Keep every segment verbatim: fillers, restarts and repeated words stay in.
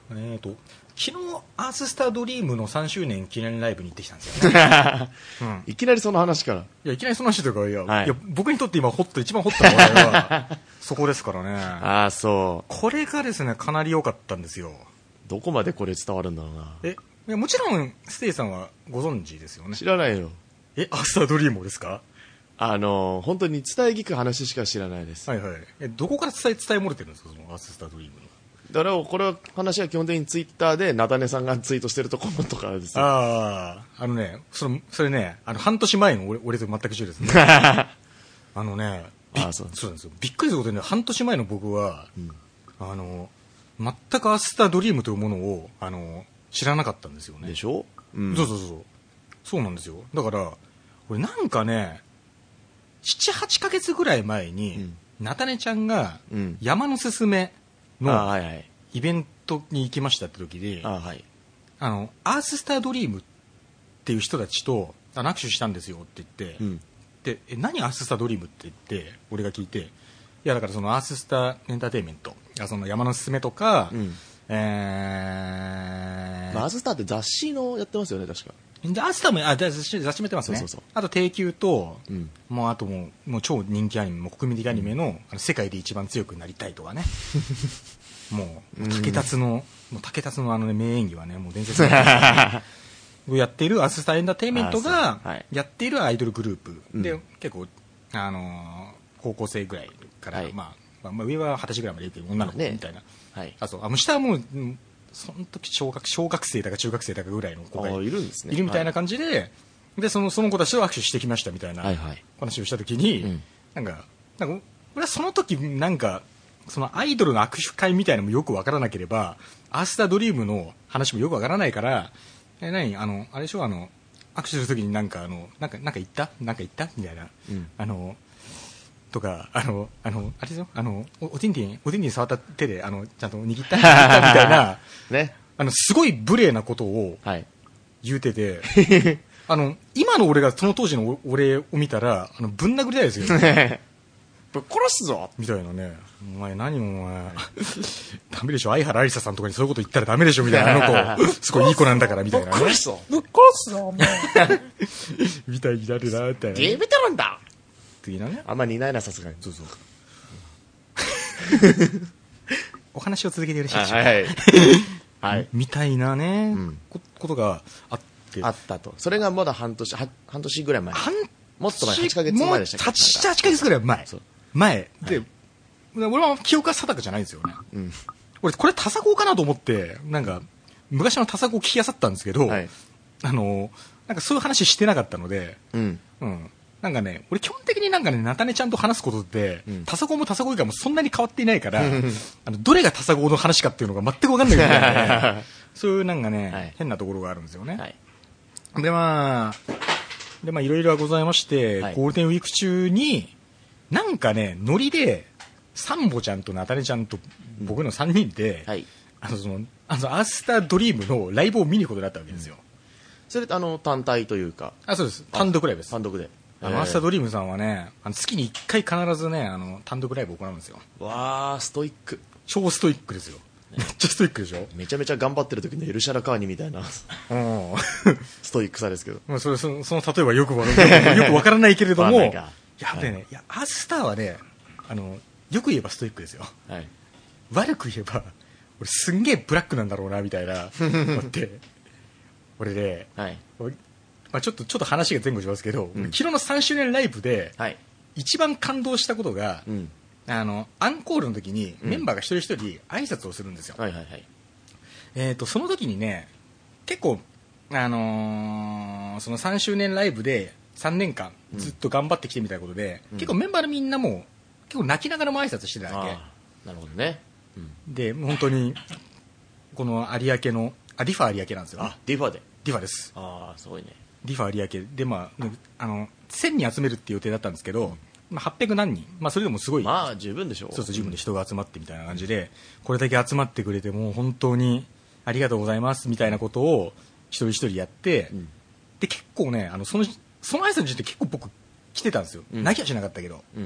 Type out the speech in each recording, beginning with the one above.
えーと昨日アーススタードリームのさんしゅうねん記念ライブに行ってきたんですよね、 うん、いきなりその話から。いやいきなりその話というかいや、 はい、 いや僕にとって今ホット一番ホットな話題はそこですからね。 ああそうこれがですねかなり良かったんですよ。 どこまでこれ伝わるんだろうな。 えいやもちろんステイさんはご存知ですよね。 知らないよ。 えアースタードリームですか。 あの本当に伝え聞く話しか知らないです。 はいはい。えどこから伝え伝え漏れてるんですかそのアーススタードリームの。 だからこれは話は基本的にツイッターでなだねさんがツイートしてるところとかですよ。 あああのねそのそれねあの半年前の俺俺と全く一緒ですねあのねあそうそうなんですよ。びっくりすることにね半年前の僕は、うん、あの全くアーススタードリームというものをあの知らなかったんですよね。 でしょ、 うん、そうそうそうそうなんですよ。だから俺なんかねななはちかげつぐらい前に、うん、なたねちゃんが、うん、山のすすめのイベントに行きましたって時で、あ、はい、あのアーススタードリームっていう人たちと握手したんですよって言って、うん、でえ何アーススタードリームって言って俺が聞いて、いやだからそのアーススターエンターテインメントその山のすすめとか、うん、えー、 アーススターって雑誌のやってますよね確か。 でアーススターもあ雑誌雑誌もやってますね。そうそうそう。あと定休と、うん、もうあともうもう超人気アニメも国民的アニメの、うん、あの世界で一番強くなりたいとかねもう竹達の、もう竹達のあの、ね、名演技はねもう伝説のをやっているアーススターエンターテインメントがやっているアイドルグループ、はい、で結構あのー、高校生ぐらいから、はい、まあ、まあ上ははたちぐらいまでいる女の子みたいな、ね、はい、あそうあの下はもうその時小学小学生だか中学生だかぐらいの子がいるんですね。いるみたいな感じで、はい、でそのその子たちと握手してきましたみたいな話をした時に、はいはい、なんかなんか俺はその時なんかそのアイドルの握手会みたいなのもよくわからなければアースタードリームの話もよくわからないからえ何あのあれでしょあの握手する時になんかあのなんかなんか言ったなんか言ったみたいな、うん、あのとかあのあのあれですよあの お, おティンティンおティンティン触った手であのちゃんと握った握ったみたいな、ね、あのすごい無礼なことを言うてて、はい、あの今の俺がその当時の俺を見たらあのぶん殴りたいですよぶっ殺すぞみたいなね。お前何もお前ダメでしょ相原有沙さんとかにそういうこと言ったらダメでしょみたいなあの子すごいいい子なんだからみたいなね。 ぶっ殺すぞぶっ殺すぞもうみたいになるなみたいな。 ゲームてるんだ的なね。 あんまりいないなさすがに。 そうそうお話を続けてよろしいでしょうか。はい、はい、みたいなね、うん、こ, ことがあってあったと。それがまだ半年は半年ぐらい前。半もっと前はちかげつまえでしたっけ。はち、 はちかげつぐらい前前で、はい、俺は記憶が定かじゃないんですよね、うん、俺これタサゴかなと思ってなんか昔のタサゴを聞きあさったんですけど、はい、あのなんかそういう話してなかったので、うんうん、なんかね俺基本的になんかねなたねちゃんと話すことって、うん、タサゴもタサゴ以外もそんなに変わっていないからあのどれがタサゴの話かっていうのが全く分かんないみたいな、ね、そういうなんかね、はい、変なところがあるんですよね、はい、でまあでまあいろいろはございまして、はい、ゴールデンウィーク中になんかねノリでサンボちゃんとなたねちゃんと僕のさんにんで、うんはい、あのそのあのアーススタードリームのライブを見に行くことになったわけですよ、うん、 それあの単体というか。 あそうです単独ライブです。 単独であのアースタードリームさんはねあの月にいっかい必ずねあの単独ライブを行うんですよ。 わーストイック。 超ストイックですよ。めっちゃストイックでしょ。 めちゃめちゃ頑張ってる時のエルシャラカーニみたいなストイックさですけど、 まあ、それそのその例えばよくよくよくわからないけれどもやっぱりね、はい、いやアーススターはねあのよく言えばストイックですよ、はい、悪く言えば俺すんげえブラックなんだろうなみたいな思って俺で、はい、まあ、ちょっとちょっと話が前後しますけど、うん、昨日のさんしゅうねんライブで、はい、一番感動したことが、うん、あのアンコールの時にメンバーが一人一人挨拶をするんですよ、うんはいはいはい、えーとその時にね結構あのー、そのさんしゅうねんライブでさんねんかんずっと頑張ってきてみたいなことで、うん、結構メンバーのみんなも結構泣きながらも挨拶してたわけ。 なるほどね、 うん、で本当にこの有明のあディファ有明なんですよ。 あディファでディファです。 あすごいね。 ディファ有明で、まあ、あのせんにん集めるっていう予定だったんですけど、うんまあ、はっぴゃくなんにん、まあ、それでもすごいまあ十分でしょう。 そうそう十分で人が集まってみたいな感じで、うん、これだけ集まってくれてもう本当にありがとうございますみたいなことを一人一人やって、うん、で結構ねあのそのその挨拶にして結構僕来てたんですよ、うん、泣きはしなかったけど、うん、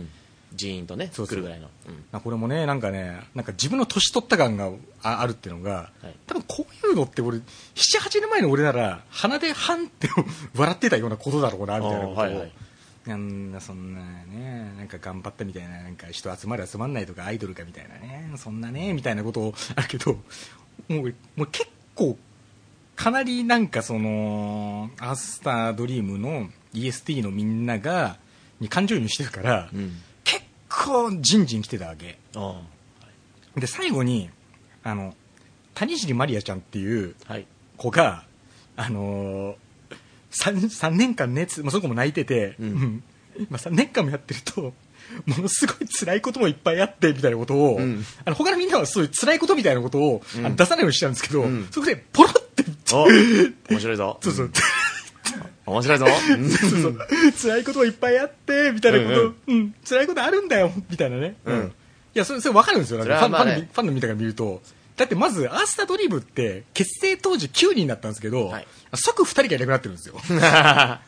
ジーンとねそうそう来るぐらいの、うん、 これもねなんかねなんか自分の年取った感が あ, あるっていうのが、はい、多分こういうのって俺ななはちねんまえの俺なら鼻でハンって笑ってたようなことだろうなみたいなことを、はいはい、なんだそんなねなんか頑張ったみたいななんか人集まる集まんないとかアイドルかみたいなねそんなねみたいなことあるけどもうもう結構かなりなんかそのアースタードリームの イーエスティー のみんながに感情移入してるから、うん、結構ジンジン来てたわけで最後にあの谷尻マリアちゃんっていう子が、はい、あのー、3, さんねんかんねつ、まあ、その子も泣いてて、うんまあ、さんねんかんもやってるとものすごい辛いこともいっぱいあってみたいなことを、うん、あの他のみんなはそういう辛いことみたいなことを、うん、あの出さないようにしちゃうんですけど、うん、そこでポロって面白いぞそうそう、うん面白いぞそうそう辛いこといっぱいあってみたいなこと、うんうん、辛いことあるんだよみたいなね、うん、いやそれそれ分かるんですよ、なんかファン、ね、ファンファンの見たから見るとだってまずアースタードリームって結成当時きゅうにんだったんですけど、はい、即ふたりがいなくなってるんですよはい、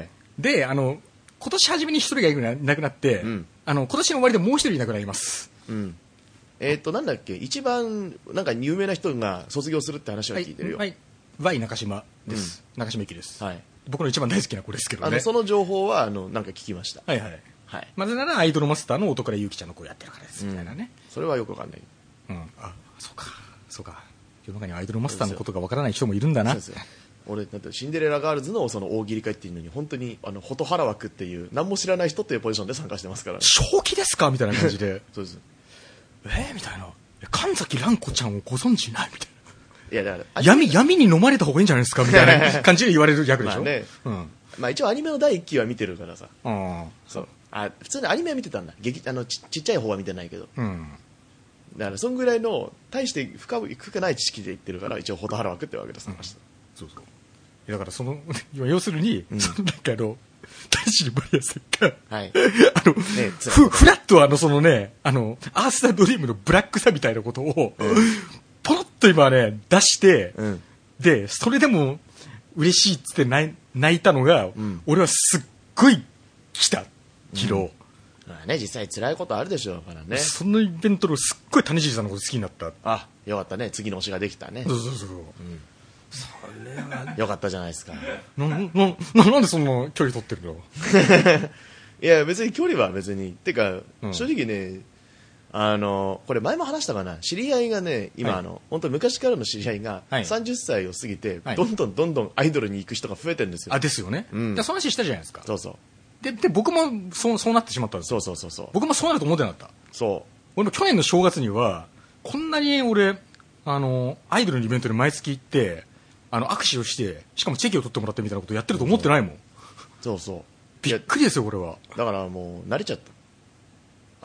であの今年初めにひとりがいなくなって、うん、あの今年の終わりでもうひとりいなくなります、 うんえー、っとなんだっけ一番なんか有名な人が卒業するって話は聞いてるよ、 はいはい、ワイ 中島です、うん、中島ゆきです、はい僕の一番大好きな子ですけどねあのその情報はあのなんか聞きましたはいはい、はい、まずならアイドルマスターの音倉ゆきちゃんの子をやってるからですみたいなね、 うん、それはよくわかんない、 うん、あそうかそうか世の中にアイドルマスターのことがわからない人もいるんだな。そうですよ俺だってシンデレラガールズ の, その大喜利会っていうのに本当にあの蛍原枠っていう何も知らない人っていうポジションで参加してますから、ね、 正気ですかみたいな感じでそうですえー、みたいな神崎蘭子ちゃんをご存知ないみたいないやだから闇, 闇に飲まれた方がいいんじゃないですかみたいな感じで言われる役でしょまあね、 うんまあ、一応アニメのだいいっきは見てるからさあそうあ普通にアニメは見てたんだ劇あの ち, ちっちゃい方は見てないけど、うん、だからそんぐらいの大して深くない知識で言ってるから一応蛍原枠ってわけです、うん、そうそうだからその要するに、うん、そのなんかあの谷尻マリアさんが、はい、あの、ね、フ, フラッとあのそのねあのアースタードリームのブラックさみたいなことを、うん、ポロッと今ね出して、うん、でそれでも嬉しいっつって泣 い, 泣いたのが、うん、俺はすっごい来た昨日、うんまあね、実際辛いことあるでしょうからねそのイベントですっごい谷尻さんのこと好きになった。 あよかったね次の推しができたねそうそうそう、うん、 それはよかったじゃないですかな, な, な, なんでそんな距離取ってるのいや別に距離は別にてか、うん、正直ねあのこれ前も話したかな知り合いがね今、はい、あの本当昔からの知り合いがさんじゅっさいを過ぎて、はい、どんどんどんどんアイドルに行く人が増えてるんですよ。 あですよね、うん、その話したじゃないですか。 そうそうで, で僕もそうそうなってしまったんですよ。 そうそうそうそう僕もそうなると思ってなかった。 そう俺も去年の正月にはこんなに俺あのアイドルのイベントに毎月行ってあの握手をしてしかもチェキを取ってもらってみたいなことやってると思ってないもん。 そうそうびっくりですよこれは。 だからもう慣れちゃった。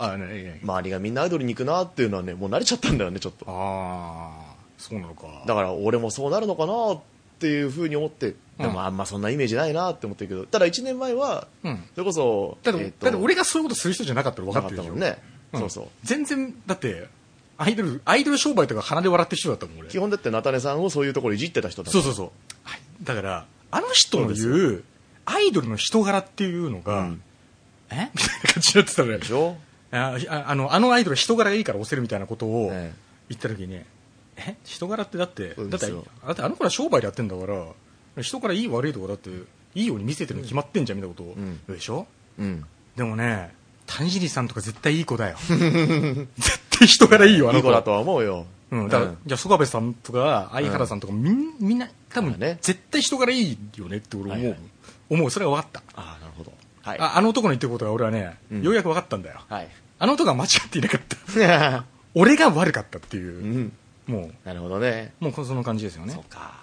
あ、ねね、 周りがみんなアイドルに行くなっていうのはねもう慣れちゃったんだよねちょっと。 ああそうなのか。 だから俺もそうなるのかなっていうふうに思って、でもあんまそんなイメージないなって思ってるけど、ただいちねんまえは、うん、それこそだって、えー、だって俺がそういうことする人じゃなかったら分かってるでしょ。 なかったもんね、 うん、 そうそう全然だってアイドルアイドル商売とか鼻で笑ってる人だったもん俺。 基本だって菜種さんをそういうところいじってた人だった。 そうそうそう、はい、だからあの人の言うアイドルの人柄っていうのが、うん、えみたいな感じになってたね。 でしょ。 ああのあのアイドル人柄いいから押せるみたいなことを言った時に、ね、え人柄ってだってだってだってあの子ら商売でやってんだから人からいい悪いとかだっていいように見せてるの決まってんじゃんみたいなことを言うでしょ、うん、でもね谷尻さんとか絶対いい子だよ絶対人柄いいよあの子。 いい子だとは思うよ、 うん、だから、うん、じゃあ曽我部さんとか相原さんとか、うん、み, みんな多分、ね、絶対人柄いいよねって俺思う、はいはい、思うそれが分かった。 あなるほど、はい、 あ, あの男の言ってることが俺はね、うん、ようやく分かったんだよ、はい、あの男が間違っていなかった俺が悪かったっていう、うん、もうなるほどねもうその感じですよね。 そうか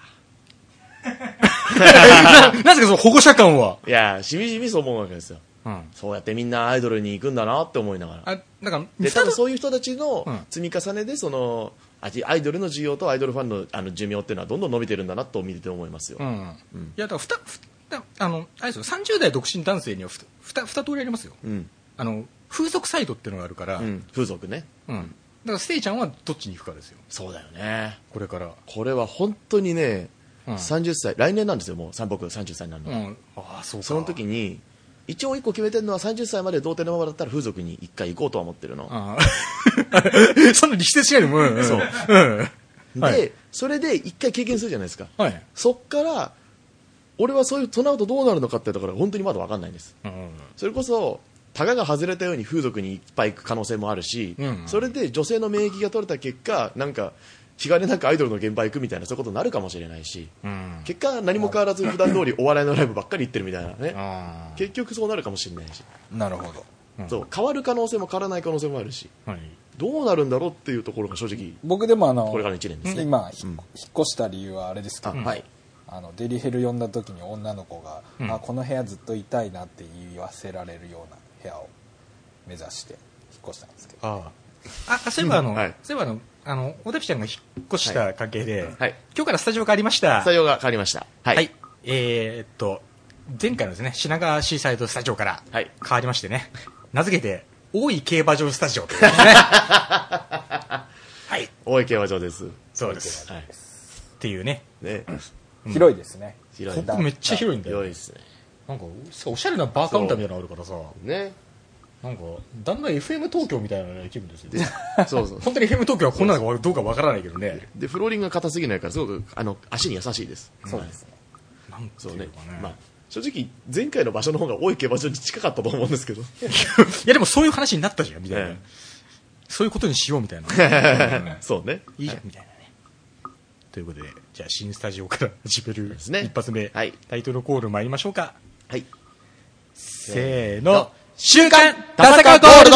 な, なぜかその保護者感はいやしみじみそう思うわけですよ、うん、そうやってみんなアイドルに行くんだなって思いながら。あだからで多分そういう人たちの積み重ねでそのアイドルの需要とアイドルファン の, あの寿命っていうのはどんどん伸びてるんだなと見てて思いますよ、うんうん、いやだからふたふたあのあれですよさんじゅう代独身男性にはふたふた通りありますよ、うん、あの風俗サイトっていうのがあるから、うん、風俗ね、うん、だからステイちゃんはどっちに行くかですよ。そうだよねこれからこれは本当にね、うん、さんじゅっさい来年なんですよもう僕さんじゅっさいになるの、うん、あそうかその時に一応一個決めてるのはさんじゅっさいまで童貞のままだったら風俗に一回行こうとは思ってるの。 あそんな力説しないでも、うん、 そう、うんで、はい、それで一回経験するじゃないですか、 はい、 そっから俺はそういうその後どうなるのかってところが本当にまだ分かんないんです、うん、それこそタガが外れたように風俗にいっぱい行く可能性もあるし、うんうん、それで女性の免疫が取れた結果なんか気兼ねなくアイドルの現場行くみたいなそういうことになるかもしれないし、うん、結果何も変わらず普段通りお笑いのライブばっかり行ってるみたいなね結局そうなるかもしれないし、 なるほど、 うん、そう変わる可能性も変わらない可能性もあるし、はい、どうなるんだろうっていうところが正直僕でもあのこれからのいちねんですね。 今、うん、引っ越した理由はあれですけど、 あ、はい、 あのデリヘル呼んだ時に女の子が、うん、あこの部屋ずっといたいなって言わせられるような部屋を目指して引っ越したんですけど、 ああそういえばあの、はい、そういえばあのあの大滝ちゃんが引っ越した関係で、はいはい、今日からスタジオ変わりました。 スタジオが変わりました。はい、はい、 えー、っと前回のですね品川シーサイドスタジオから変わりましてね、名付けて大井競馬場スタジオというですねはい、 大井競馬場です。 そうです、はい、っていうね、 ね、うん、広いですね。 広い、ここめっちゃ広いんだよ。 広いですね。 なんかおしゃれなバーカウンターみたいなのあるからさね、 なんかだんだん エフエム 東京みたいな、ね、気分ですよ。 そうそう本当に エフエム 東京はこんなのかどうかわからないけどね。 でフローリングが硬すぎないからすごくあの足に優しいです。 そうですね。 なんそうね。 まあ正直前回の場所の方が大井競馬場に近かったと思うんですけどいやでもそういう話になったじゃんみたいな、ね、そういうことにしようみたいなそうね、 いいじゃん、はい、みたいなね。ということでじゃあ新スタジオから始める一発目、はい、タイトルコール参りましょうか。 はい、 せーの、週刊ダサカゴールド。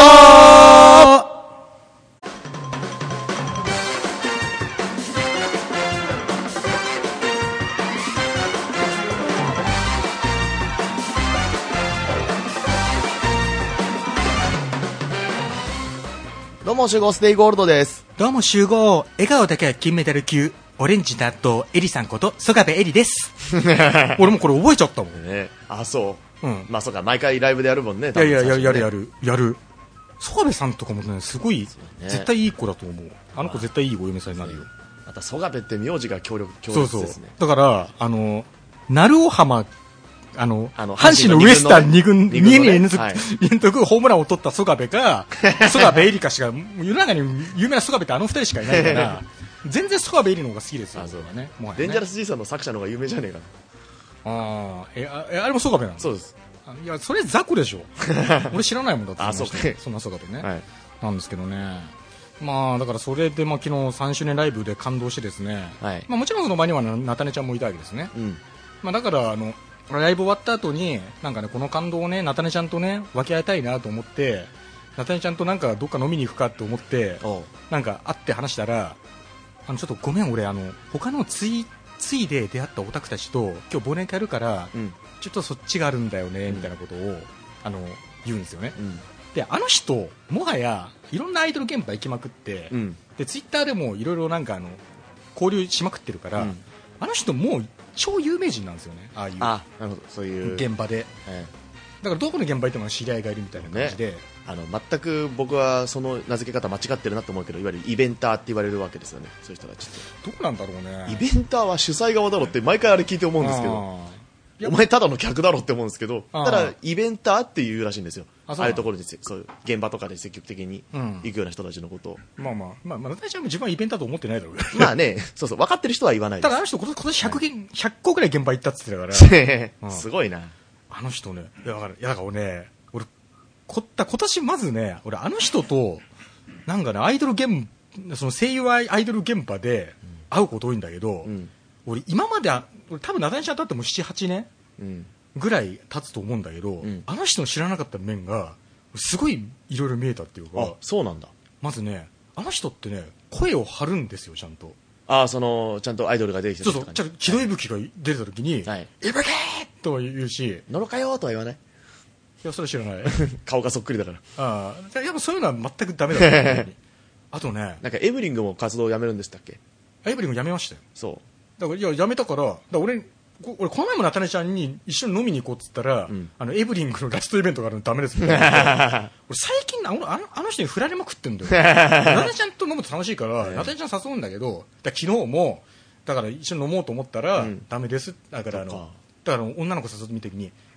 どうも集合ステイゴールドです。 どうも集合笑顔だけは金メダル級オレンジ納豆エリさんこと曽我部エリです俺もこれ覚えちゃったもんね。あ、そう、うん、まあそうか毎回ライブでやるもんね。 いやいやいややるやるやる。曽我部さんとかもねすごい、ね、絶対いい子だと思う。あの子絶対いいお嫁さんになるよ。 また曽我部って名字が強力強烈ですね。そうそうだからあの鳴尾浜あのあの阪神のウエスタンに軍にねん連続ホームランを取った曽我部か曽我部エリかしか世の中に有名な曽我部ってあの二人しかいないから全然曽我部エリの方が好きですよ。 あそうだね。もうねデンジャラス G さんの作者の方が有名じゃねえかな。 あえあえあれも曽我部なの。 そうです。 いやそれ雑魚でしょ俺知らないもんだって。 あそうかそんな曽我部ね、 はい、 なんですけどね。まあだからそれでまあ昨日さんしゅうねんライブで感動してですね、はいまあ、もちろんその場には菜種ちゃんもいたわけですね、うんまあ、だからあのライブ終わった後になんかねこの感動をね菜種ちゃんとね分け合いたいなと思って菜種ちゃんとなんかどっか飲みに行くかと思ってなんか会って話したらあのちょっとごめん俺あの他のついついで出会ったオタクたちと今日忘年会やるから、うん、ちょっとそっちがあるんだよね、うん、みたいなことをあの言うんですよね、うん、であの人もはやいろんなアイドル現場行きまくって、うん、でツイッターでもいろいろなんかあの交流しまくってるから、うん、あの人もう超有名人なんですよね。ああいうあなるほどそういう現場で、ええ、だからどこの現場行っても知り合いがいるみたいな感じで、ね、 あの全く僕はその名付け方間違ってるなと思うけどいわゆるイベンターって言われるわけですよね。そういう人たちってどうなんだろうね。 イベンターは主催側だろって毎回あれ聞いて思うんですけどお前ただの客だろって思うんですけどただイベンターっていうらしいんですよ。あ, ああいうところでそういう現場とかで積極的に行くような人たちのことを、うん、まあまあまあ私は自分はイベンターと思ってないだろうまあねそうそう分かってる人は言わないです。 ただあの人今年ひゃく、はい、ひゃっこぐらい現場行ったって言ってたから、 うん、すごいなあの人ね。いやだからいやだから俺ね俺こった今年まずね俺あの人となんかねアイドル現その声優アイドル現場で会うこと多いんだけど、うん、俺今まで俺多分ナタニちゃんと会ってもななはちねん、うんぐらい経つと思うんだけど、うん、あの人の知らなかった面がすごいいろいろ見えたっていうか。 あそうなんだ。 まずねあの人ってね声を張るんですよちゃんと。 あそのちゃんとアイドルが出てきたそうそうちゃんと木戸伊吹が出てた時に「はい、いぶけ!」とは言うし 「のろかよ!」とは言わない。いやそれ知らない顔がそっくりだから。 ああやっぱそういうのは全くダメだったあとねなんかエブリングも活動をやめるんでしたっけ。 エブリングやめましたよ。 そうだからいややめたからだから俺俺この前も菜種ちゃんに一緒に飲みに行こうっつったら、うん、あのエブリングのラストイベントがあるのダメですみたいな俺最近あのあのあの人に振られまくってんだよ菜種ちゃんと飲むと楽しいから菜種ちゃん誘うんだけどだ昨日もだから一緒に飲もうと思ったら、うん、ダメですだからあのだから女の子誘ってみた時に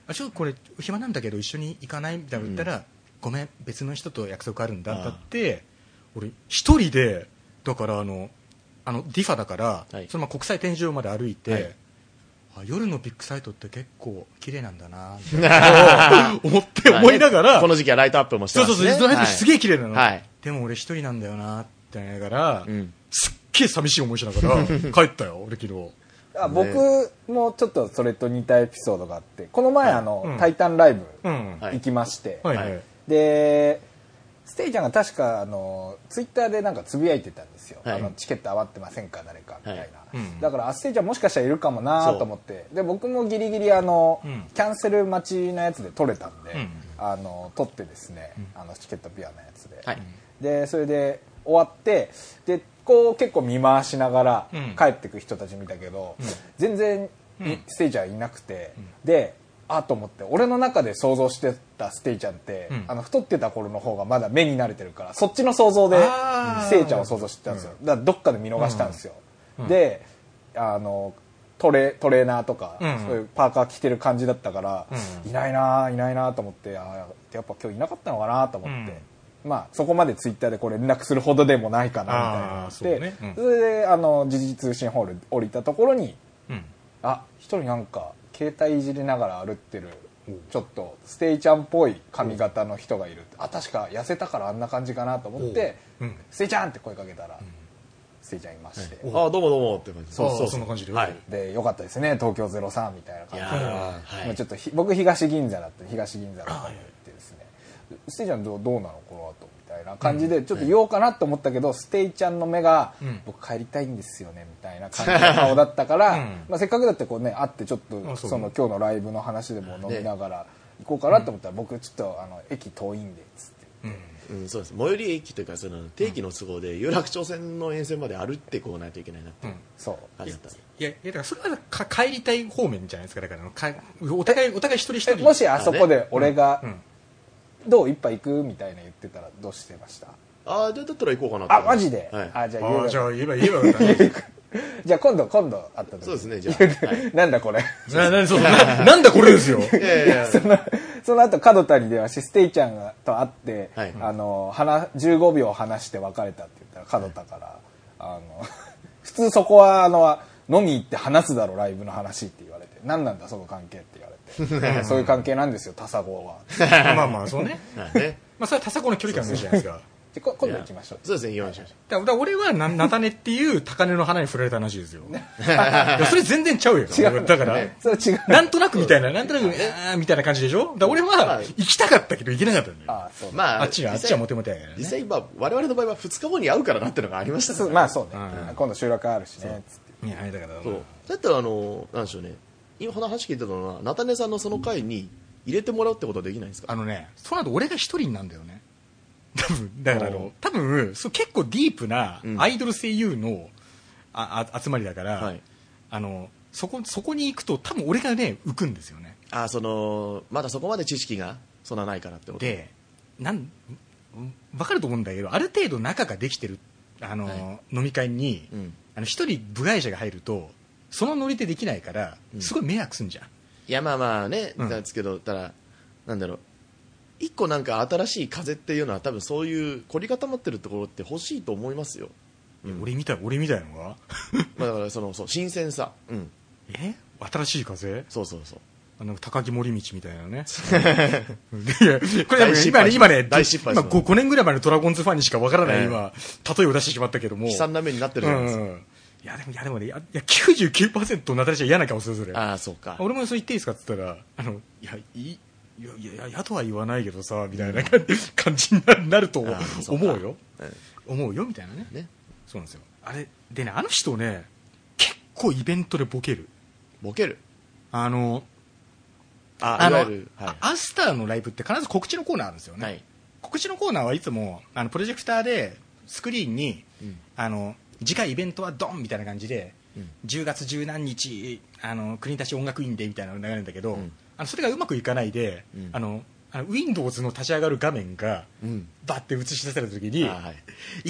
あちょっとこれ暇なんだけど一緒に行かないみたいな言ったら、うん、ごめん別の人と約束あるんだだって俺一人でだからあのあのディファだから、はい、そのまま国際展示場まで歩いて、はい、あ夜のビッグサイトって結構綺麗なんだなって思って思いながら、 ね、この時期はライトアップもしてますね。 そうそうそう、ライトアップすげえ綺麗なの、はい、でも俺一人なんだよなって思いながら、うん、すっげえ寂しい思いしながら帰ったよ俺昨日。 あ僕もちょっとそれと似たエピソードがあって、この前あの、うん、タイタンライブ行きまして、はいはいはい、でステイちゃんが確かあのツイッターでなんかつぶやいてたんですよ、はい、あのチケット余ってませんか誰かみたいな、はいうん、だからあステイちゃんもしかしたらいるかもなと思って、で僕もギリギリあの、うん、キャンセル待ちのやつで取れたんで、うん、あの取ってですね、うん、あのチケットピアのやつで、はい、でそれで終わってでこう結構見回しながら帰ってく人たち見たけど、うん、全然、うん、ステイちゃんいなくて、うん、であと思って俺の中で想像してたステイちゃんって、うん、あの太ってた頃の方がまだ目に慣れてるからそっちの想像でステイちゃんを想像してたんですよ、だからどっかで見逃したんですよ、うん、であのトレ、トレーナーとか、うん、そういうパーカー着てる感じだったから、うん、いないないないなと思ってあやっぱ今日いなかったのかなと思って、うん、まあそこまでツイッターでこれ連絡するほどでもないかなみたいなので、ねうん、それであの時事通信ホール降りたところに、うん、あ一人なんか携帯いじりながら歩ってるちょっとステイちゃんっぽい髪型の人がいる、あ確か痩せたからあんな感じかなと思って、うん、ステイちゃんって声かけたら、うん、ステイちゃんいまして、 はい、あどうもどうもって感じ。 そうそうそんな感じで、はい、 でよかったですね東京ゼロさんみたいな感じで、はい、ちょっと僕東銀座だった東銀座だったんでですね、ステイちゃんどうどうなのこの後みたいな感じでちょっと言おうかなと思ったけど、うん、ステイちゃんの目が、うん、僕帰りたいんですよねみたいな感じの顔だったから、うんまあ、せっかくだってこうね会ってちょっとその今日のライブの話でも飲みながら行こうかなと思ったら、僕ちょっとあの駅遠いんでっつって。 うんうん、そうです最寄り駅というかその定期の都合で有楽町線の沿線まで歩ってこないといけないなって、うん、そう感じだった。いやいやだからそれはか帰りたい方面じゃないですか。だからかお互いお互い一人一人もしあそこで俺が、うんうん、どう一杯行くみたいな言ってたらどうしてました？ ああだったら行こうかなと。 あマジで、はい、あじゃあじゃあ言えば言えばよかったねじゃあ今度今度会った時そうですねじゃあ、はい、 なんだこれななそうななんだこれですよ。いやいやそのその後角田に電話しステイちゃんがと会って、はい、あのじゅうごびょう話して別れたって言ったら角田から、はい、あの普通そこはあの飲み行って話すだろライブの話って言われて何なんだその関係って言われてそういう関係なんですよタサゴはまあまあそうねまあそれはタサゴの距離感じゃないですかじゃ今度行きましょう。 そうですね行きましょう。 だから俺はなたねっていう高嶺の花に触られた話ですよいやそれ全然ちゃうよ。 違うだから、 ね、それ違うなんとなくみたいななんとなくあみたいな感じでしょ。だから俺は行きたかったけど行けなかったんだよ。あそうまああっちはあっちはモテモテやからね。 実際今我々の場合はふつかごに会うからなっていうのがありましたから、ね、 まあそうね、うん、今度収録あるしねつっていやだからそうだったらあのなんでしょうね今この話聞いてたのは菜種さんのその回に入れてもらうってことはできないんですか？ あのねその後俺が一人なんだよね多分だからあの多分そう結構ディープなアイドル声優の、うん、ああ集まりだから、はい、あのそこそこに行くと多分俺がね浮くんですよね。 あそのまだそこまで知識がそんなないからってことでなん分かると思うんだけどある程度仲ができてるあの、はい、飲み会に、うん、あの一人部外者が入るとそのノリでできないからすごい迷惑すんじゃん、うん、 いやまあまあねなんですけど、うん、ただなんだろう一個なんか新しい風っていうのは多分そういう凝り固まってるところって欲しいと思いますよ、 うん、俺みたい俺みたいのがまあだからそのそう新鮮さ、うん、 え新しい風そうそうそうあの高木森道みたいなねいやこれ今ね今ね大失敗今 5, 5年ぐらい前のドラゴンズファンにしかわからない、えー、今例えを出してしまったけども悲惨な目になってるじゃないですか、うん、 いやでもいやでもねいや きゅうじゅうきゅうパーセント なたらしは嫌な顔するそれ。 ああそうか俺もそう言っていいですかって言ったらあのいやいいいやいやいやとは言わないけどさみたいな感じになると思うよ、うん、思うよみたいな ね, ねそうなんですよあれでねあの人ね結構イベントでボケるボケるあのああのいわゆる、 はい、アスターのライブって必ず告知のコーナーあるんですよね、はい、告知のコーナーはいつもあのプロジェクターでスクリーンに、うん、あの次回イベントはドンみたいな感じで、うん、じゅうがつじゅうなんにちあの国立音楽院でみたいなのが流れるんだけど、うんあのそれがうまくいかないで、うん、あのあの Windows の立ち上がる画面が、うん、バッて映し出された時に、はい、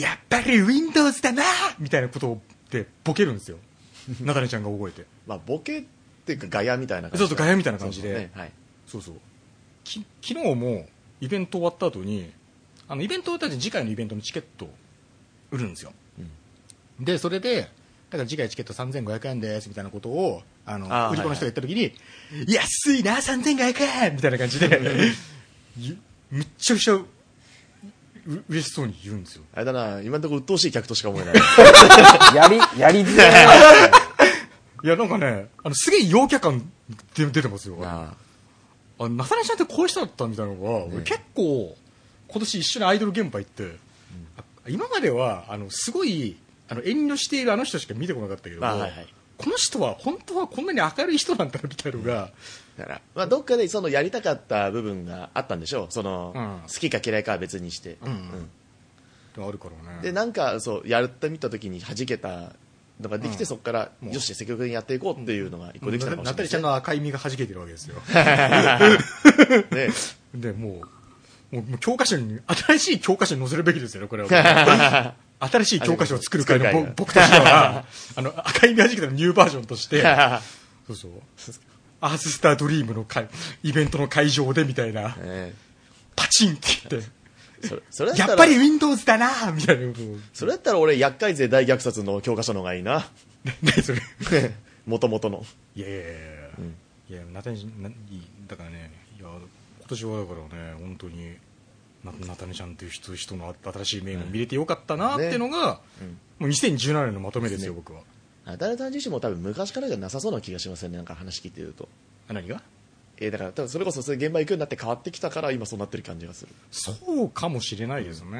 やっぱり Windows だなみたいなことをでボケるんですよ菜種ちゃんが覚えてまあボケっていうかガヤみたいな感じそうそうガヤみたいな感じでそうそう、ねはい、 そうそうき昨日もイベント終わった後にあのイベント終わった後に次回のイベントのチケットを売るんですよ、うん、でそれでだから次回チケットさんぜんごひゃくえんですみたいなことをあの売り子の人が言った時に、はいはい、安いなさんぜんごひゃくえんみたいな感じでめっちゃくちゃう嬉しそうに言うんですよ。 あれだな、今のところ鬱陶しい客としか思えないやりやりづらいいやなんかねあのすげえ陽キャ感出てますよ。ああなさねちゃんってこういう人だったみたいなのが、ね、結構今年一緒にアイドル現場行って、うん、今まではあのすごいあの遠慮しているあの人しか見てこなかったけど、はいはい、この人は本当はこんなに明るい人なんだみたいなのが、 だから、まあ、どっかでそのやりたかった部分があったんでしょう。その、うん、好きか嫌いかは別にして、うんうん、あるからね。 でなんかそうやってみた時に弾けたのができて、うん、そこからよし積極的にやっていこうっていうのが一個できたかもしれない、ね、 ナタリちゃんの赤い実が弾けてるわけですよね、でもうもう教科書に新しい教科書に載せるべきですよねこれは新しい教科書を作る会の僕としてはあの赤い実弾けたのニューバージョンとしてそうそうアーススタードリームのイベントの会場でみたいな、えー、パチンって言ってそれそれやっぱり Windows だなみたいな。 それだったら俺厄介税大虐殺の教科書の方がいいな何それもともとのいやいやいや、うん、いやなたにだからねいや今年はだからね本当にななたねちゃんっていう人, 人の新しい面を見れてよかったなっていうのが、うんねうん、もうにせんじゅうななねんのまとめですよ、ね、僕は。 なたねちゃん自身も多分昔からじゃなさそうな気がしますよね。なんか話聞いてると。 あ何がえー、だから多分それこそそれ現場行くようになって変わってきたから今そうなってる感じがする。 そうかもしれないですね、うん、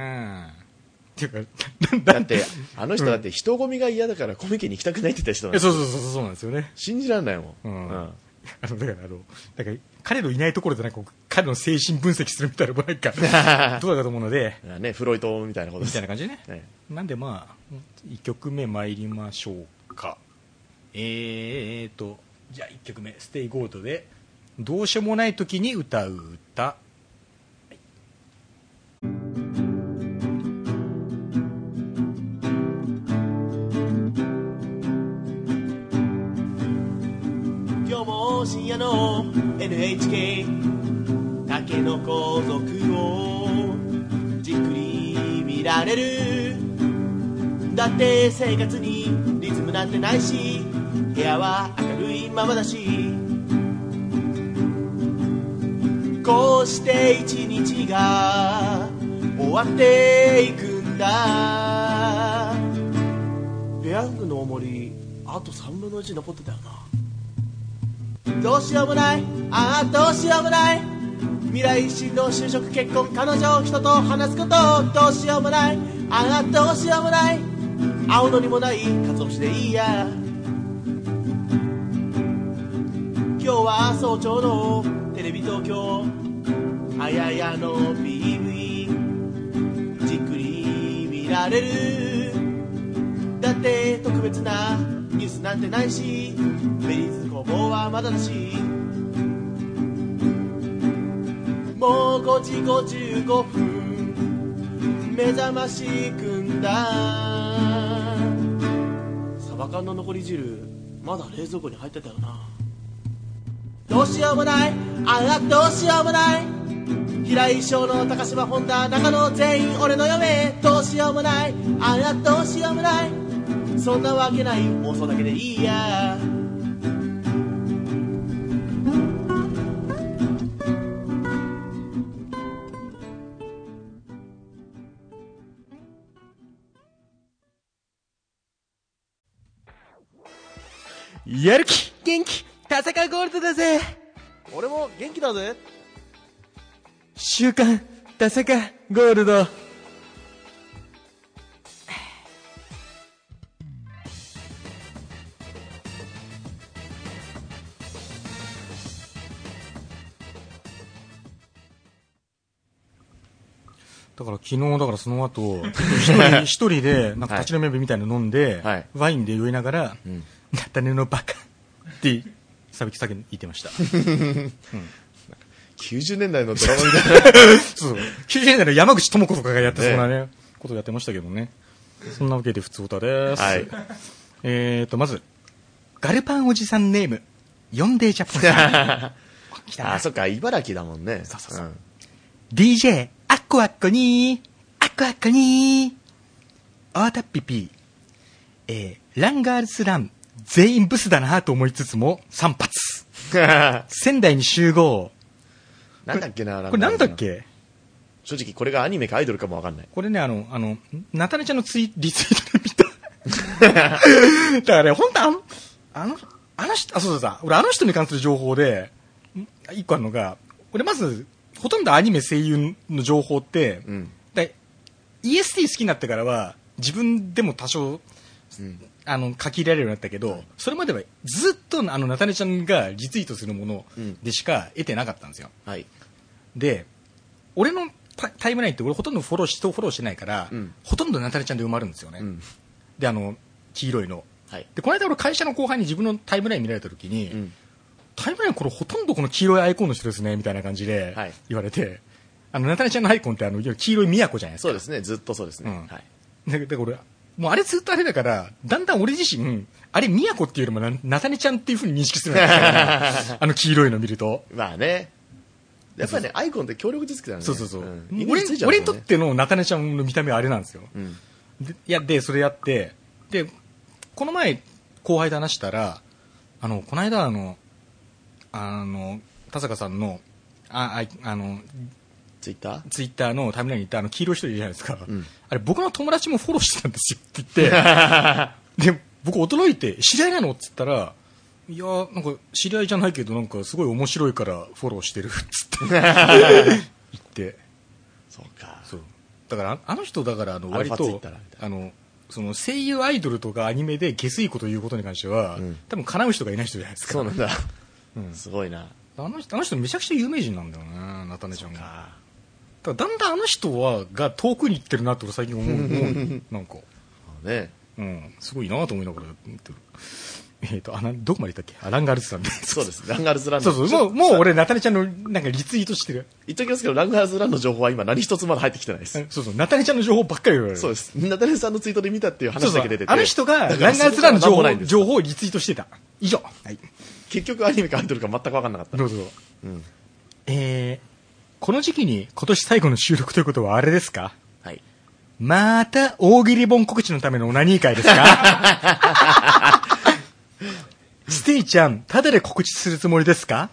っていうかだってあの人だって人混みが嫌だからコミケに行きたくないって言った人なんですよ。 そうそうそうそうなんですよね。 信じられないもん、うんうん、 あのだからあのだから彼のいないところでなんか彼の精神分析するみたいなもなんかどうだかと思うのでね、フロイトみたいなことですみたいな感じで ね, ねなんでまあいっきょくめ参りましょうか。えーとじゃあいっきょくめステイゴールドでどうしようもない時に歌う歌、はい、 今日も深夜の エヌエイチケー タケノコ族をじっくり見られる。だって生活にリズムなんてないし部屋は明るいままだし、こうして一日が終わっていくんだ。ペヤングの重りあとさんぶんのいち残ってたよな。どうしようもない、ああどうしようもない、未来進路就職結婚彼女人と話すこと、どうしようもない、ああどうしようもない、青のりもない鰹節でいいや。今日は早朝のテレビ東京あややの ピーブイ じっくり見られる。だって特別なニュースなんてないしベリーズ工房はまだだし、もうごじごじゅうごふん目覚ましくんだ。サバ缶の残り汁まだ冷蔵庫に入ってたよな。どうしようもない、ああどうしようもない、平井翔の高島本田中野全員俺の嫁、どうしようもない、ああどうしようもない、そんなわけない妄想だけでいいや。 やる気元気田坂ゴールドだぜ。 俺も元気だぜ。 週刊田坂ゴールド。だから昨日だからその後一人一人でなんか立ち飲みみたいなの飲んで、はい、ワインで酔いながら、うん、ナタネのバカってさびき叫んでました、うん、 きゅうじゅうねんだいのドラマみたいなそうきゅうじゅうねんだいの山口智子とかがやってそうなね、ねことをやってましたけどね。そんなわけでふつおたです、はい、えーとまずガルパンおじさんネームヨンデージャポンさん来たな。あ、そっか、茨城だもんね。 そうそうそう。うん、ディージェー、アッコアッコにー、アッコアッコにー、アータッピピー、えー、ランガールズラン、全員ブスだなと思いつつもさん発。仙台に集合。 なんだっけな、 これなんだっけ。 正直これがアニメかアイドルかもわかんない。 これね、あの、あの、なたねちゃんのツイリツイートで見た。だからね、本当あの、あの、あの人、あ、そうそうそう、俺あの人に関する情報で、一個あるのが、俺まず、ほとんどアニメ声優の情報って、うん、だ イーエスティー 好きになってからは、自分でも多少、うん、あの書き入れられるようになったけど、うん、それまではずっとあのなたねちゃんがリツイートするものでしか得てなかったんですよ、うん、はい、で俺のタイムラインって俺ほとんどフォロー人をフォローしてないから、うん、ほとんどなたねちゃんで埋まるんですよね、うん、であの黄色いの、はい、でこの間俺会社の後輩に自分のタイムライン見られた時に、うん、タイムラインこれほとんどこの黄色いアイコンの人ですねみたいな感じで言われて、はい、あのなたねちゃんのアイコンってあの黄色い都じゃないですか。 そうですね、ずっとそうですね、うん、はい、 だから俺もうあれずっとあれだからだんだん俺自身あれ都っていうよりも な, なたねちゃんっていう風に認識するんですよあの黄色いの見ると。 まあね、やっぱりねアイコンって強力ですけどね。 そうそうそう、うん、俺, 俺にとってのなたねちゃんの見た目はあれなんですよ、うん、でいやでそれやってでこの前後輩で話したらあのこの間あのあの田坂さんのあああのツイッターツイッターのタイムラインに行ったあの黄色い人いるじゃないですか、うん、あれ僕の友達もフォローしてたんですよって言ってで僕驚いて知り合いなのって言ったらいやなんか知り合いじゃないけどなんかすごい面白いからフォローしてるっつって言ってそうか、 そうだからあの人だからあの割とあのその声優アイドルとかアニメで下水こと言うことに関しては、うん、多分叶う人がいない人じゃないですか。 そうなんだ、うん、すごいな。 あの人あの人めちゃくちゃ有名人なんだよね、なたねちゃんが。だ, だんだんあの人はが遠くに行ってるなって最近思う思うなんかね、 うん、すごいなと思いながら思ってる。えーと、あなどこまで言ったっけ。あランガールズランドそうです、ランガールズランド。 そうそう、もうもう俺なたねちゃんのなんかリツイートしてる。 言っときますけどランガールズランドの情報は今何一つまだ入ってきてないです。 そうそう、なたねちゃんの情報ばっかり言われる。 そうです、なたねさんのツイートで見たっていう話だけ出てて、 そうそう、あの人がランガールズランドの情報情報をリツイートしてた以上、はい、 結局アニメかアイドルか全く分かんなかった。 どうぞ、うん、えーこの時期に今年最後の収録ということはあれですか。はい。また大喜利本告知のためのオナニー会ですかステイちゃん、ただで告知するつもりですか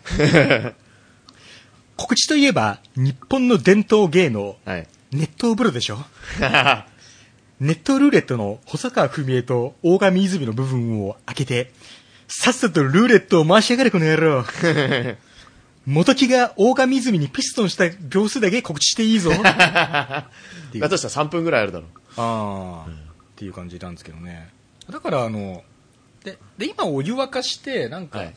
告知といえば、日本の伝統芸能、はい、熱湯風呂でしょ熱湯ルーレットの細川文江と大神泉の部分を開けて、さっさとルーレットを回し上がれこの野郎元木が大神泉にピストンした秒数だけ告知していいぞだとしたらさんぷんぐらいあるだろう。 ああ、うん、っていう感じなんですけどね。だからあのでで今お湯沸かしてなんか、はい、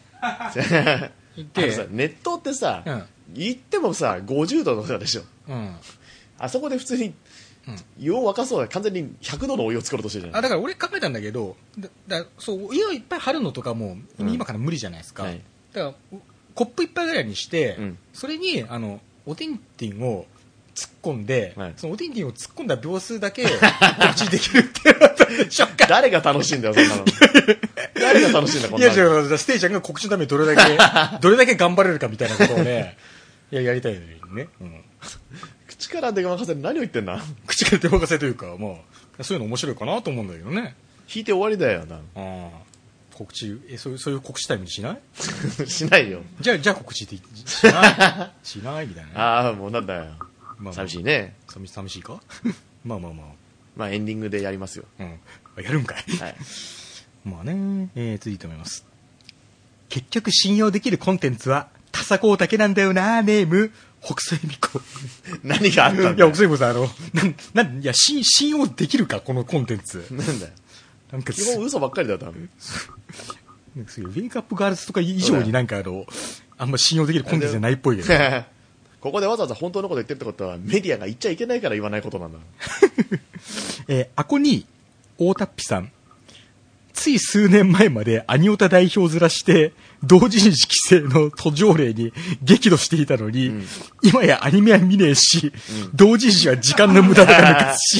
でさ熱湯ってさ、うん、言ってもさごじゅうどとかでしょ、うん、あそこで普通に湯を沸かそうだ、完全にひゃくどのお湯を作ろうとしてるじゃない。 あだから俺考えたんだけどだだそうお湯をいっぱい張るのとかも、うん、今から無理じゃないですか、はい、だからコップ一杯ぐらいにして、うん、それにあのおティンティンを突っ込んで、はい、そのおティンティンを突っ込んだ秒数だけ告知できるってなったでしょうか。 誰が楽しいんだよそんなの誰が楽しいんだこんなの。 いやいやステイちゃんが告知のためにどれだけどれだけ頑張れるかみたいなことをねいややりたいよね、うん、 口から出任せ何を言ってんだ口から出任せというか、まあ、そういうの面白いかなと思うんだけどね。 引いて終わりだよな。 あ告知えそういうそういう告知タイムにしないしないよ。 じゃあじゃあ告知ってしないしないみたいな、ね、 ああもうなんだよ、まあ、寂しいね。 寂し寂しいかまあまあまあまあエンディングでやりますよ、 うん、やるんかい、はい、まあね、えー、続いて思います。結局信用できるコンテンツは田坂大竹なんだよな。ネーム北斎美子何があったんだよ。 いや北斎美子さんあのなないや信用できるかこのコンテンツ。 なんだよなんか基本嘘ばっかりだよ多分ウェイクアップガールズとか以上になんかあのあんま信用できるコンテンツじゃないっぽいけどここでわざわざ本当のこと言ってるってことはメディアが言っちゃいけないから言わないことなんだえー、アコニー大田っぴさん、つい数年前までアニオタ代表面して同人誌規制の途上例に激怒していたのに、うん、今やアニメは見ねえし、うん、同人誌は時間の無駄とか抜かすし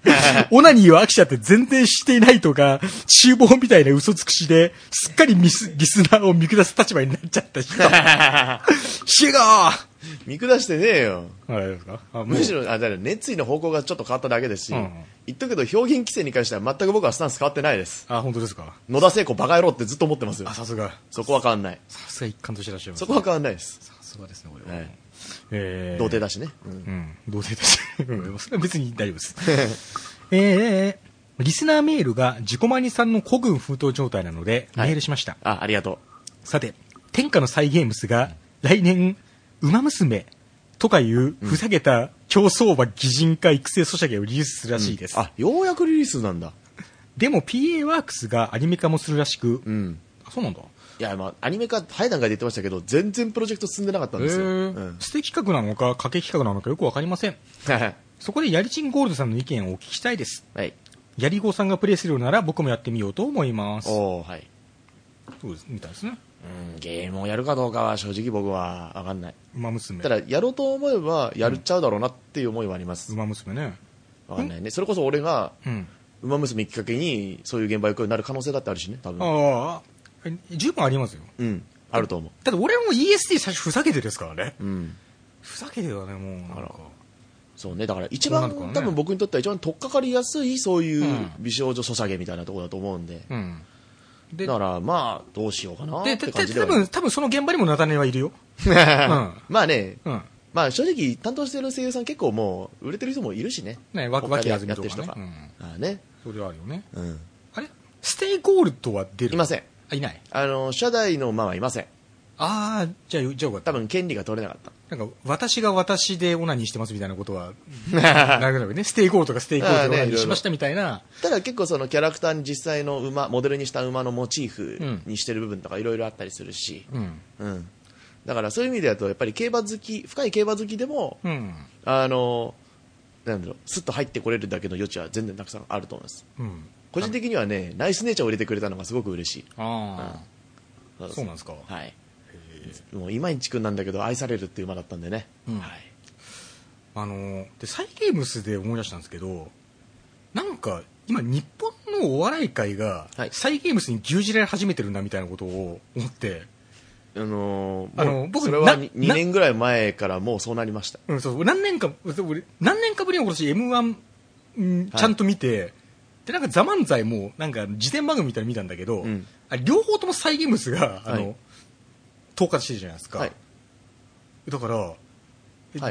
オナニーは飽きちゃって全然していないとか、厨房みたいな嘘つくしで、すっかりミスリスナーを見下す立場になっちゃった人。シュガー見下してねえよ。 あれですか？あむしろ、あ、だから熱意の方向がちょっと変わっただけですし、うん、言っとくけど表現規制に関しては全く僕はスタンス変わってないです。 あ、本当ですか？ 野田聖子バカ野郎ってずっと思ってますよ。 あ、さすが。 そこは変わんない。 さすが一貫としてらっしゃいます、 そこは変わんないです。 さすがですね、これは。はい、 えー、童貞だしね。 うん。うん、童貞だし。それは別に大丈夫です。えー、リスナーメールが自己マニさんの孤軍奮闘状態なので、メールしました。 はい、あ、ありがとう。さて、天下のサイゲームスが来年、ウマ娘とかいうふざけた競走馬擬人化育成ソシャゲをリリースするらしいです。 うん、あ、ようやくリリースなんだ。 でも ピーエー ワークスがアニメ化もするらしく、うん、あ、そうなんだ。 いや、まあ、アニメ化早い段階で言ってましたけど、全然プロジェクト進んでなかったんですよ。うん、 捨て企画なのか、賭け企画なのかよくわかりません。そこでヤリチンゴールドさんの意見をお聞きしたいです。はい。ヤリゴーさんがプレイするなら僕もやってみようと思います。 おー、はい。 そうです、みたいですね。 うん、ゲームをやるかどうかは正直僕は分かんない。 馬娘。 ただ、やろうと思えばやっちゃうだろうなっていう思いはあります。 うん、馬娘ね。 分かんないね。それこそ俺が、うん、馬娘きっかけにそういう現場役になる可能性だってあるしね、多分。 ああ、十分ありますよ。 うん。あると思う。 ただ俺も イーエスティー 最初ふざけてですからね。うん。ふざけてはね、もうなんか。 そうね、だから一番、ね、多分僕にとっては一番取っかかりやすいそういう美少女ソシャゲみたいなところだと思うんで。うん。でだからまあどうしようかなって感じでは。 多分多分その現場にも菜種はいるよ。 うん、まあね。うん。まあ正直担当してる声優さん結構もう売れてる人もいるしね。 ね、わわきあずみとかね。 やってる人が。うん、ああね。 それはあるよね。うん。あれステイゴールドは出る？ いません。 あ、いない。 あの初代の馬はいません。 ああ、じゃあじゃあ多分権利が取れなかった。 なんか私が私でオナニーしてますみたいなことはなるほどね。ステイゴールドがステイゴールドでオナニーしましたみたいな。 ただ結構そのキャラクターに実際の馬モデルにした馬のモチーフにしてる部分とかいろいろあったりするし。うん。うん。だからそういう意味でだとやっぱり競馬好き深い競馬好きでも、うん、あのなんだろうスッと入ってこれるだけの余地は全然たくさんあると思います。うん。個人的にはねナイスネイチャーを入れてくれたのがすごく嬉しい。ああ、うん、そうなんですか。 はい。もう今市君なんだけど愛されるっていう馬だったんでね。うん、はい。 あのでサイゲームスで思い出したんですけど、なんか今日本のお笑い界がサイゲームスに牛耳られ始めてるなみたいなことを思って。 あのー、あの僕それはにねんぐらい前からもうそうなりました。 うん、そう何年か俺何年かぶりに今年 エムワン、うん、ちゃんと見て、はい、でなんかザ漫才もなんか自伝番組みたいに見たんだけど、うん、あれ両方ともサイゲームスがあの、はい、統括してるじゃないですか。はい、だから、はい、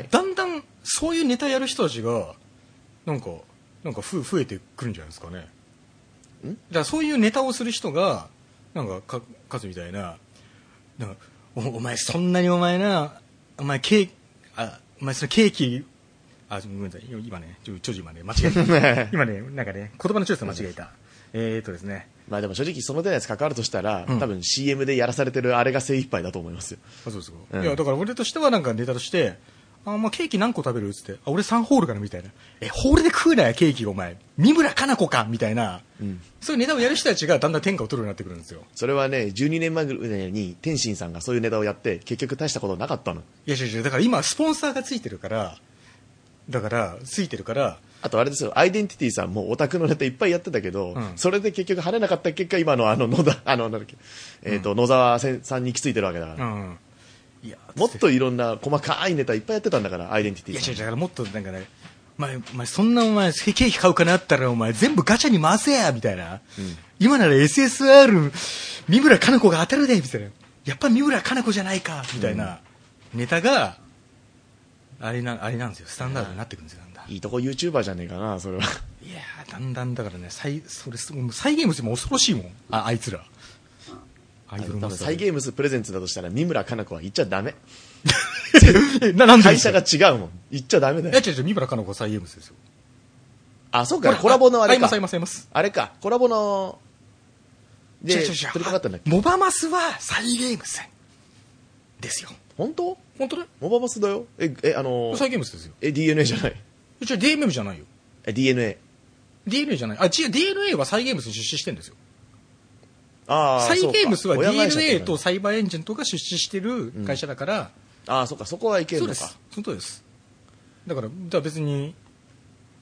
だんだんそういうネタやる人たちがなんかなんかふ増えてくるんじゃないですかね。ん？だからそういうネタをする人がなんかか数みたいな。なんか お, お前そんなにお前なお前ケーキあお前そのケーキあごめんなさい今ねちょちょ今ね間違えた今ねなんかね言葉のチョイス間違えたえーっとですねまあでも正直その手のやつ関わるとしたら、うん、多分 シーエム でやらされてるあれが精一杯だと思いますよ。 あそうですか、うん、いやだから俺としてはなんかネタとしてあまあ、ケーキ何個食べるっつってあ俺さんホールかなみたいなえホールで食うなやケーキお前三村かな子かみたいな、うん、そういうネタをやる人たちがだんだん天下を取るようになってくるんですよ。 それはねじゅうにねんまえぐらいに天心さんがそういうネタをやって結局大したことなかったの。 いや違う違うだから今スポンサーがついてるからだからついてるからあとあれですよアイデンティティさんもオタクのネタいっぱいやってたけど、うん、それで結局跳ねなかった結果今のあの野田あのなんだっけ、えーとうん、野沢さんに行き着いてるわけだから、うんいやもっといろんな細かいネタいっぱいやってたんだからアイデンティティいや違うだからもっとなんかねお前、お前そんなお前ケーキ買うかなったらお前全部ガチャに回せやみたいな、うん、今なら エスエスアール 三村かな子が当たるでみたいなやっぱ三村かな子じゃないかみたいな、うん、ネタがあれなあれなんですよスタンダードになってくるんですよ。なんだいいとこ YouTuber じゃねえかなそれは。 いやだんだんだからねサイそれサイゲームスも恐ろしいもん あ, あいつらアイドルのサイゲームスプレゼンツだとしたら三村かな子は言っちゃダメななんで会社が違うもん言っちゃダメだよ。 いや違う違う三村かな子はサイゲームスですよ。 あそうかコラボのあれかあいますいますあれかコラボので取り掛かったんだっけ。 モバマスはサイゲームスですよ。 本当本当ねモバマスだよ。ええあのー、 サイゲームスですよ。 え ディーエヌエー じゃない。 一応 ディーエヌエー じゃないよ。 え ディーエヌエーディーエヌエー じゃないあ違う ディーエヌエー はサイゲームスに出資してるんですよ。 あサイゲームスは ディーエヌエー とサイバーエンジンとか出資してる会社だから、 うん、ああそうかそこはいけるのか。 そうです本当です。だからだから別に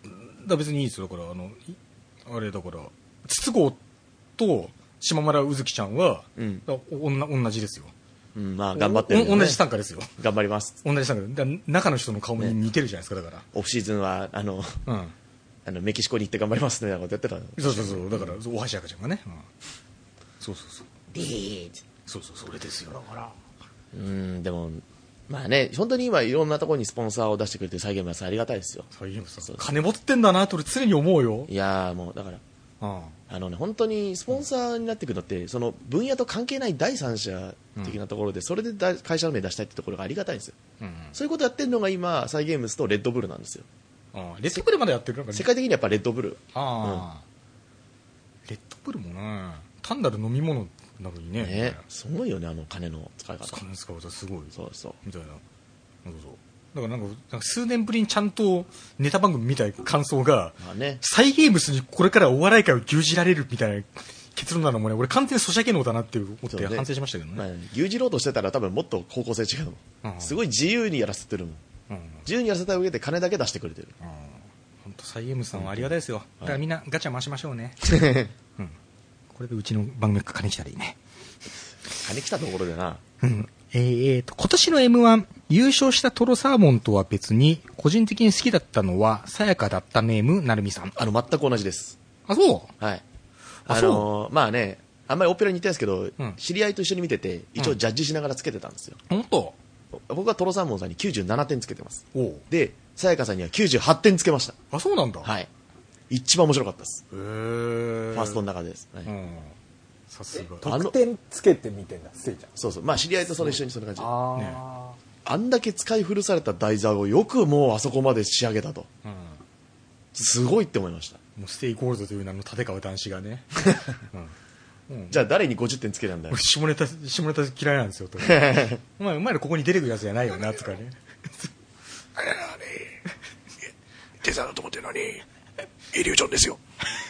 だ別にいいですよ。だからあのあれだから筒香と島村うずきちゃんは、うん、だおんな同じですよ。 うん、まあ頑張ってる、 ね、同じ参加ですよ。 頑張ります。 同じ参加で中の人の顔も似てるじゃないですか。だから、ね、 オフシーズンはあの、うん、あのメキシコに行って頑張りますね。なんかやってた。 そうそうそう。だから大橋赤ちゃんがね、うん、そうそうそう。ディーそうそうそれですよ。だからうんでもまあね本当に今いろんなところにスポンサーを出してくれてるサイゲームはありがたいですよ。 サイゲームさん金持ってんだなと俺常に思うよ。 いやもうだから。ああのね、本当にスポンサーになっていくのって、うん、その分野と関係ない第三者的なところで、うん、それで会社の名出したいってところがありがたいんですよ、うん、そういうことやってるのが今サイゲームスとレッドブルなんですよ。 あレッドブルまでやってるのか、ね、 世界的にやっぱレッドブル。 あ、うん、レッドブルもね単なる飲み物なのに ね, ねすごいよねあの金の使い方。 金の使い方すごい。 そうそうみたいな。そうそうだからなんかなんか数年ぶりにちゃんとネタ番組見た感想が、まあね、サイゲームスにこれからお笑い界を牛耳られるみたいな結論なのもね俺完全にソシャゲ能だなって思って反省しましたけどね。まあ、 牛耳ろうとしてたら多分もっと方向性違うもん、うん、すごい自由にやらせてるもん、うん、自由にやらせた上で金だけ出してくれてる。 本当サイゲームスさんはありがたいですよ、うん、だからみんなガチャ回しましょうね、うん、これでうちの番組金来たらいいね。 金来たところでな、 うんえー、と今年の エムワン 優勝したトロサーモンとは別に個人的に好きだったのはさやかだったネームなるみさん。 あの全く同じです。 あそう。 はい。あのー、まあねあんまりオペラに似てないですけど、うん、知り合いと一緒に見てて一応ジャッジしながらつけてたんですよ。 本当、 うん、僕はトロサーモンさんにきゅうじゅうななてんつけてます。おでさやかさんにはきゅうじゅうはってんつけました。 あそうなんだ。 はい一番面白かったです。へーファーストの中です、はい、うんさすが得点つけてみてんだせいちゃん。 そうそうまあ知り合いとその一緒にそんな感じで あ,、ね、あんだけ使い古された台座をよくもうあそこまで仕上げたと、うん、すごいって思いました。 もうステイゴールドという名の立川談志がね、 うんうん、じゃあ誰にごじゅってんつけたんだよ。 下ネタ下ネタ嫌いなんですよとお前お前らここに出てくるやつじゃないよなとかねあれあれデザートと思ってるのにイリュージョンですよ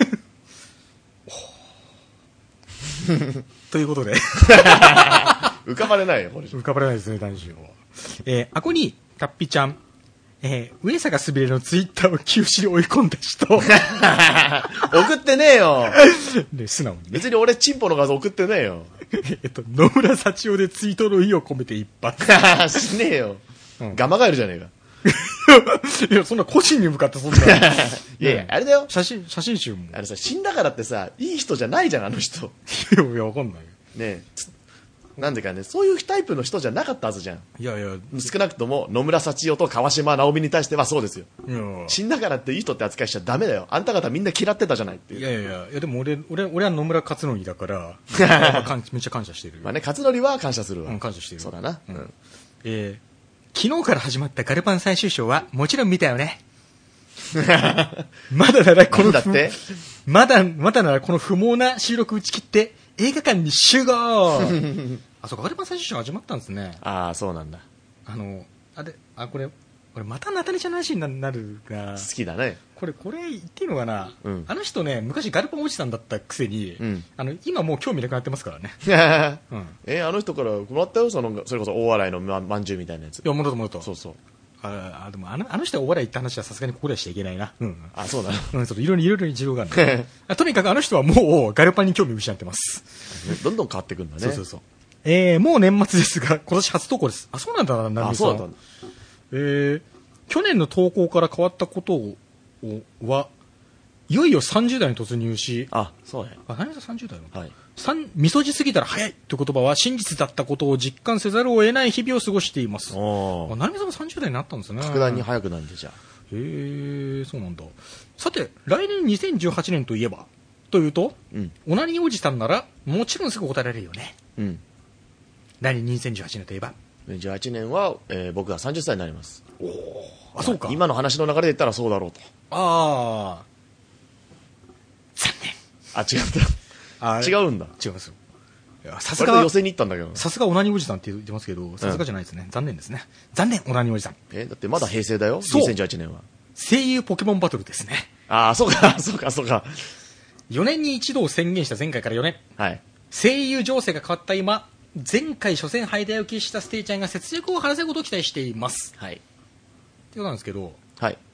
ということで浮かばれないよこれ。 浮かばれないですね男子を。えー、あこにたっぴちゃん、えー、上坂すびれのツイッターを休止に追い込んだ人送ってねえよで素直に、ね、 別に俺チンポの画像送ってねえよえっと野村幸男でツイートの意を込めて一発しねえよ、うん、ガマガエルじゃねえかいやそんな個人に向かってそんないやいやあれだよ写真写真集もあれさ死んだからってさいい人じゃないじゃんあの人いやいやわかんないよねえなんでかねそういうタイプの人じゃなかったはずじゃん。 いやいや少なくとも野村幸男と川島直美に対してはそうですよ。いや死んだからっていい人って扱いしちゃダメだよ。あんた方みんな嫌ってたじゃないっていう。 いやいやいやでも俺俺俺は野村克則だからめっちゃ感謝してる。 まあね克則は感謝するわ、 うん、感謝してる。 そうだな、うんうんえー、昨日から始まったガルパン最終章はもちろん見たよねまだならこのだってまだまだならこの不毛な収録打ち切って映画館に集合あそうかガルパン最終章始まったんですね。 ああそうなんだ。 あのあれあこれこれまたナタリちゃんの話になるが好きだね。 これこれ言っていいのかな、うん、あの人ね昔ガルパンおじさんだったくせに、うん、あの今もう興味なくなってますからね、 うん、えー、あの人からもらったよそのそれこそ大笑いのままんじゅうみたいなやつ。いやもらったもらった。 そうそうああでもあのあの人は大笑いって話はさすがにここではしちゃいけないな、うん、 あそうだ、 うん、ちょっといろいろいろいろ事情があるとにかくあの人はもうガルパンに興味失ってますどんどん変わってくるんだね。 そうそうそう、えー、もう年末ですが今年初投稿です。あそうなんだな。 あそうなんだ。 えー、去年の投稿から変わったことをはいよいよさんじゅう代に突入し、 あそうねあ何ださんじゅう代の、 はい、 みそじすぎたら早いという言葉は真実だったことを実感せざるを得ない日々を過ごしています。あ成美さんもさんじゅう代になったんですね。 格段に早くなるんでじゃあ。 へえそうなんだ。さて来年にせんじゅうはちねんといえばというと、うん、オナニーおじさんならもちろんすぐ答えられるよね、うん、来年にせんじゅうはちねんといえばにせんじゅうはちねんは、えー、僕がさんじゅっさいになります。 おあそうか今の話の流れで言ったらそうだろうと。 ああ残念。 あ違ったあ違うんだ。 違いますよ。 さすが予選に行ったんだけどさすがオナニーおじさんって言ってますけどさすがじゃないですね、うん、残念ですね。残念オナニーおじさん。 えだってまだ平成だよにせんじゅうはちねんは。 声優ポケモンバトルですね。 ああそうかそうかそうか。 よねんに一度を宣言した前回からよねん、 はい、 声優情勢が変わった今前回初戦敗退を喫したステイちゃんが雪辱を晴らせることを期待しています。 はい。 ってことなんですけど、 はい。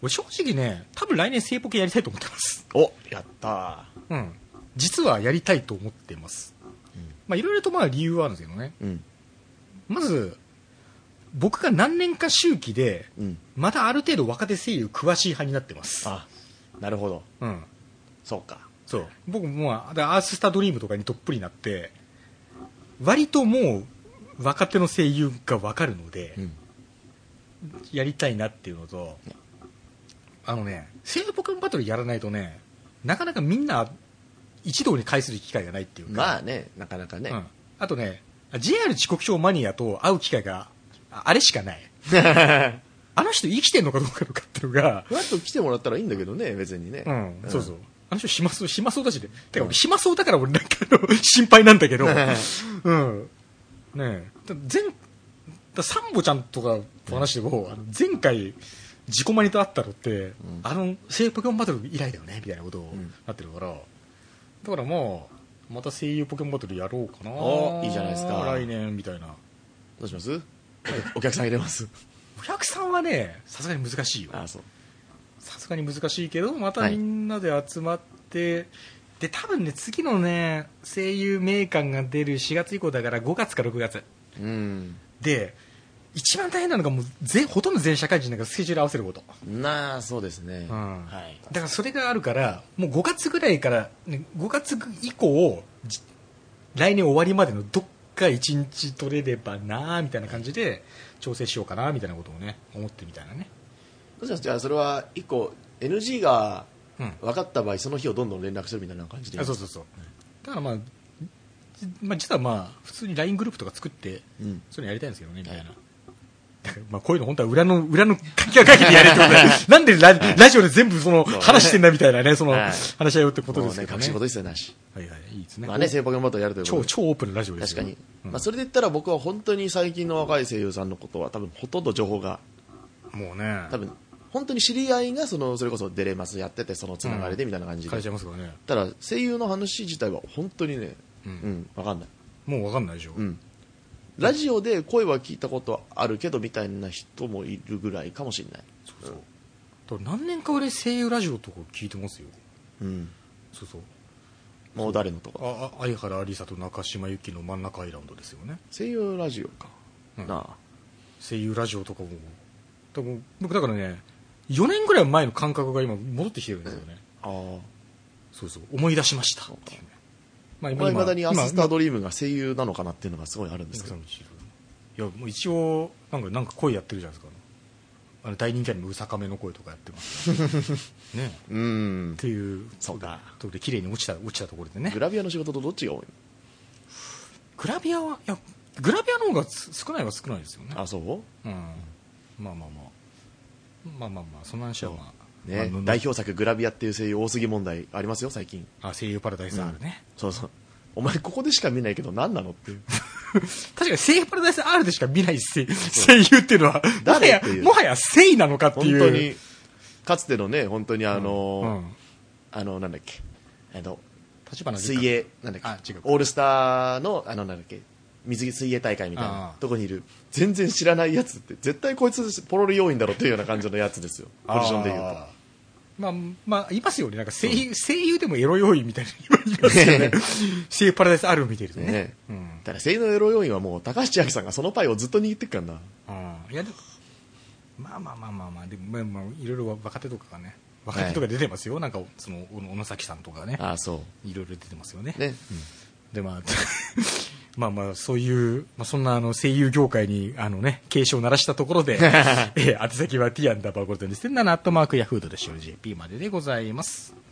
俺正直ね多分来年聖ポケやりたいと思ってます。 おやったー、うん、実はやりたいと思ってます、うん、まあいろいろとまあ理由はあるんですけどね、うん、まず僕が何年か周期で、うん、またある程度若手声優詳しい派になってます。 あ、なるほど、うん、そうか。 そう僕もうアーススタードリームとかにどっぷりになって割ともう若手の声優が分かるので、うん、やりたいなっていうのと、あのね声優ポケモンバトルやらないとねなかなかみんな一堂に会する機会がないっていうか、 まあねなかなかね、うん、 あとね ジェイアール 時刻表マニアと会う機会があれしかないあの人生きてんのかどうかとかっていうのがふわっと来てもらったらいいんだけどね別にね、 うん、うん、そうそうあの人暇そう暇そうだしね、てか俺暇そうだから俺なんか心配なんだけどうんねえ前だサンボちゃんとかと話しても、うん、前回自己マニと会ったのって、うん、あの声優ポケモンバトル以来だよねみたいなことになってるから、うん、だからもうまた声優ポケモンバトルやろうかな。 おいいじゃないですか来年みたいな。 どうしますお客さん入れますお客さんはねさすがに難しいよ。 あそうさすがに難しいけどまたみんなで集まって、はい、で多分ね次のね声優名鑑が出るしがつ以降だからごがつかろくがつ、うん、で一番大変なのがもうぜほとんど全社会人なんかスケジュール合わせることなあそうですね、うんはい、だからそれがあるからもうごがつぐらいから、ね、ごがつ以降来年終わりまでのどっかいちにち取れればなみたいな感じで調整しようかなみたいなことをね思ってみたいなね。 どうします？じゃあそれは一個 エヌジー が分かった場合、うん、その日をどんどん連絡するみたいな感じでいい。 あそうそうそう、うん、だからまあ、まあ、実はまあ普通に ライン グループとか作って、うん、そういうのやりたいんですけどねみたいな、はい、だからまあこういうの本当は裏の裏の書きが書きでやれってことでなんで ラ, ラジオで全部その話してんだみたいなねその話し合いをってことですけどね。 隠し事一切なし。 はいはいいいですね。 まあね声優ポケモンバトルやるということで超超オープンなラジオですよ。 確かに、うんまあ、それで言ったら僕は本当に最近の若い声優さんのことは多分ほとんど情報がもうね多分本当に知り合いがそのそれこそデレマスやっててそのつながりでみたいな感じで、うん、 ちゃいますからね。 ただ声優の話自体は本当にね、うんうん、分かんない。 もう分かんないでしょ、うん、 ラジオで声は聞いたことあるけどみたいな人もいるぐらいかもしれない。 そうそう、うん、何年か俺声優ラジオとか聞いてますよ、うん、そうそうもう誰のとかああ相原有沙と中島由紀の真ん中アイランドですよね。 声優ラジオか、うん、なあ声優ラジオとかも多分僕だからねよねんぐらい前の感覚が今戻ってきてるんですよね、うん、ああそうそう思い出しましたっていうね。 まあ、今未だにアススタードリームが声優なのかなっていうのがすごいあるんですけど、いやもう一応なんかなんか声やってるじゃないですか。あの大人気アニメうさかめの声とかやってますねうんっていうそうかところで綺麗に落ちた落ちたところでね。 グラビアの仕事とどっちが多いの？ グラビアはいやグラビアの方が少ないは少ないですよね。 あそう、うん、 まあまあまあまあまあまあその話はまあね、 まあ、 代表作グラビアっていう声優多すぎ問題ありますよ最近。 あ声優パラダイス R ね、 うん、そうそうお前ここでしか見ないけど何なのっていう確かに声優パラダイス R でしか見ない声優っていうのはもはやもはや声なのかっていう本当にかつてのね本当にあの、うんうん、あのなんだっけあの水泳なんだっけオールスターのあのなんだっけ水着水泳大会みたいなとこにいる全然知らないやつって絶対こいつポロリ要員だろっていうような感じのやつですよポジションで言うと。 まあまあいますよね。なんか声優、うん、声優でもエロ要員みたいな言いますよね声優パラダイス R を見てるとね。ね、 うん、だから声優のエロ要員はもう高橋千明さんがそのパイをずっと握ってっからな。 うん、いやでもまあまあまあまあまあでも、まあ、いろいろ若手とかがね若手とか出てますよ、はい、なんかその小野崎さんとかねあそういろいろ出てますよね。 ね、うん、 でまあまあまあそういう、まあ、そんなあの声優業界にあのね警鐘を鳴らしたところで、えー、宛先は ティーアンダーバーゴールデンですねななアットマークヤフードでしょ ジェーピー まででございます。